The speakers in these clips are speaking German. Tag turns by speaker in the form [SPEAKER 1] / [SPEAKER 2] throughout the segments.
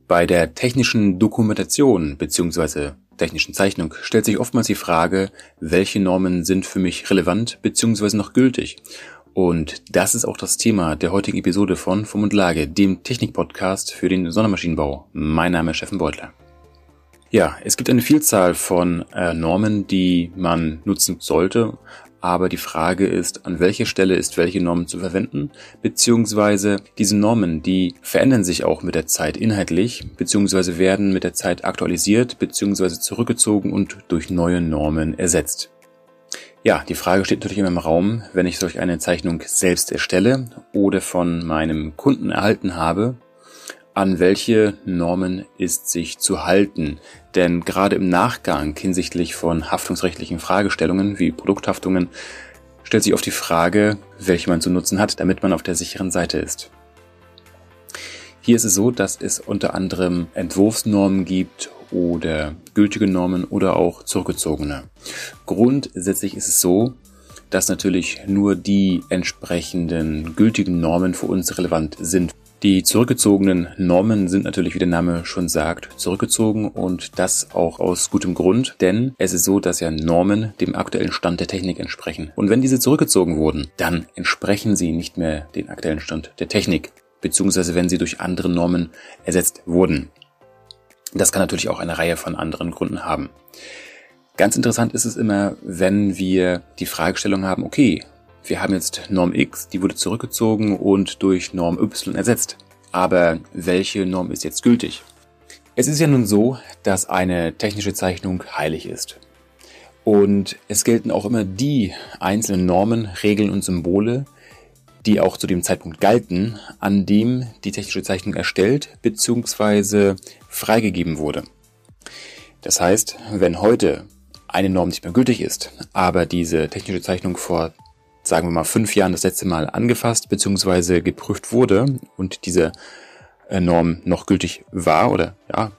[SPEAKER 1] Bei der technischen Dokumentation bzw. technischen Zeichnung stellt sich oftmals die Frage, welche Normen sind für mich relevant bzw. noch gültig. Und das ist auch das Thema der heutigen Episode von Form und Lage, dem Technik-Podcast für den Sondermaschinenbau. Mein Name ist Steffen Beutler. Ja, es gibt eine Vielzahl von Normen, die man nutzen sollte, aber die Frage ist, an welcher Stelle ist welche Norm zu verwenden, beziehungsweise diese Normen, die verändern sich auch mit der Zeit inhaltlich, beziehungsweise werden mit der Zeit aktualisiert, beziehungsweise zurückgezogen und durch neue Normen ersetzt. Ja, die Frage steht natürlich immer im Raum, wenn ich solch eine Zeichnung selbst erstelle oder von meinem Kunden erhalten habe, an welche Normen ist sich zu halten? Denn gerade im Nachgang hinsichtlich von haftungsrechtlichen Fragestellungen wie Produkthaftungen stellt sich oft die Frage, welche man zu nutzen hat, damit man auf der sicheren Seite ist. Hier ist es so, dass es unter anderem Entwurfsnormen gibt oder gültige Normen oder auch zurückgezogene. Grundsätzlich ist es so, dass natürlich nur die entsprechenden gültigen Normen für uns relevant sind. Die zurückgezogenen Normen sind natürlich, wie der Name schon sagt, zurückgezogen und das auch aus gutem Grund, denn es ist so, dass ja Normen dem aktuellen Stand der Technik entsprechen. Und wenn diese zurückgezogen wurden, dann entsprechen sie nicht mehr dem aktuellen Stand der Technik, beziehungsweise wenn sie durch andere Normen ersetzt wurden. Das kann natürlich auch eine Reihe von anderen Gründen haben. Ganz interessant ist es immer, wenn wir die Fragestellung haben, okay, wir haben jetzt Norm X, die wurde zurückgezogen und durch Norm Y ersetzt. Aber welche Norm ist jetzt gültig? Es ist ja nun so, dass eine technische Zeichnung heilig ist. Und es gelten auch immer die einzelnen Normen, Regeln und Symbole, die auch zu dem Zeitpunkt galten, an dem die technische Zeichnung erstellt bzw. freigegeben wurde. Das heißt, wenn heute eine Norm nicht mehr gültig ist, aber diese technische Zeichnung vor, sagen wir mal, 5 Jahren das letzte Mal angefasst bzw. geprüft wurde und diese Norm noch gültig war,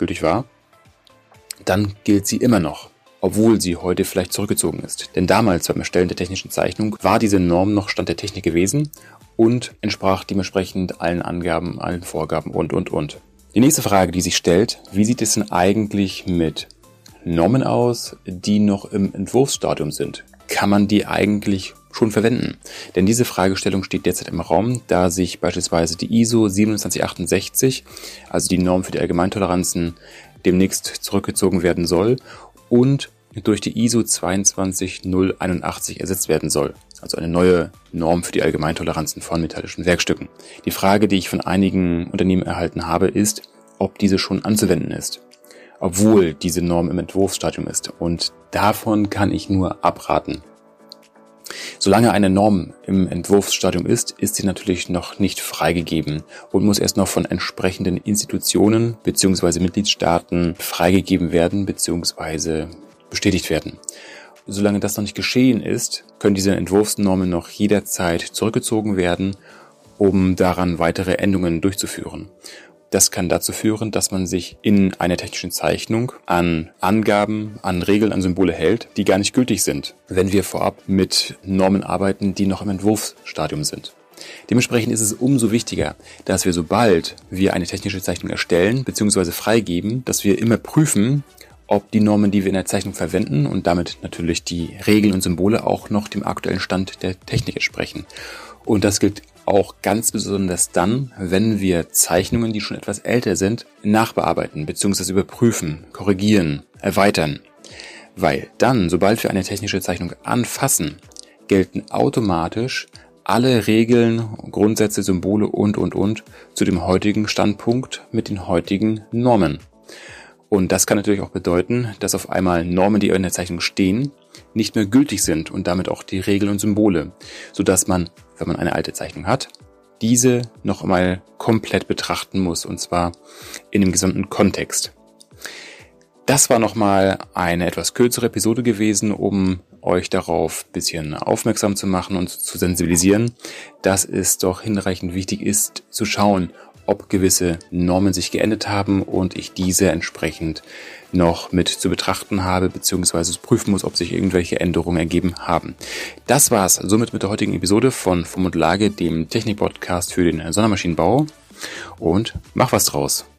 [SPEAKER 1] dann gilt sie immer noch, obwohl sie heute vielleicht zurückgezogen ist. Denn damals beim Erstellen der technischen Zeichnung war diese Norm noch Stand der Technik gewesen und entsprach dementsprechend allen Angaben, allen Vorgaben und. Die nächste Frage, die sich stellt, wie sieht es denn eigentlich mit Normen aus, die noch im Entwurfsstadium sind? Kann man die eigentlich schon verwenden? Denn diese Fragestellung steht derzeit im Raum, da sich beispielsweise die ISO 27068, also die Norm für die Allgemeintoleranzen, demnächst zurückgezogen werden soll und durch die ISO 22081 ersetzt werden soll. Also eine neue Norm für die Allgemeintoleranzen von metallischen Werkstücken. Die Frage, die ich von einigen Unternehmen erhalten habe, ist, ob diese schon anzuwenden ist, obwohl diese Norm im Entwurfsstadium ist. Und davon kann ich nur abraten. Solange eine Norm im Entwurfsstadium ist, ist sie natürlich noch nicht freigegeben und muss erst noch von entsprechenden Institutionen bzw. Mitgliedstaaten freigegeben werden bzw. bestätigt werden. Solange das noch nicht geschehen ist, können diese Entwurfsnormen noch jederzeit zurückgezogen werden, um daran weitere Änderungen durchzuführen. Das kann dazu führen, dass man sich in einer technischen Zeichnung an Angaben, an Regeln, an Symbole hält, die gar nicht gültig sind, wenn wir vorab mit Normen arbeiten, die noch im Entwurfsstadium sind. Dementsprechend ist es umso wichtiger, dass wir, sobald wir eine technische Zeichnung erstellen bzw. freigeben, dass wir immer prüfen, ob die Normen, die wir in der Zeichnung verwenden und damit natürlich die Regeln und Symbole auch noch dem aktuellen Stand der Technik entsprechen. Und das gilt auch ganz besonders dann, wenn wir Zeichnungen, die schon etwas älter sind, nachbearbeiten bzw. überprüfen, korrigieren, erweitern. Weil dann, sobald wir eine technische Zeichnung anfassen, gelten automatisch alle Regeln, Grundsätze, Symbole und zu dem heutigen Standpunkt mit den heutigen Normen. Und das kann natürlich auch bedeuten, dass auf einmal Normen, die in der Zeichnung stehen, nicht mehr gültig sind und damit auch die Regeln und Symbole, sodass man, wenn man eine alte Zeichnung hat, diese noch einmal komplett betrachten muss, und zwar in dem gesamten Kontext. Das war nochmal eine etwas kürzere Episode gewesen, um euch darauf ein bisschen aufmerksam zu machen und zu sensibilisieren, dass es doch hinreichend wichtig ist, zu schauen, ob gewisse Normen sich geändert haben und ich diese entsprechend noch mit zu betrachten habe, beziehungsweise prüfen muss, ob sich irgendwelche Änderungen ergeben haben. Das war's somit mit der heutigen Episode von Form und Lage, dem Technik-Podcast für den Sondermaschinenbau, und mach was draus.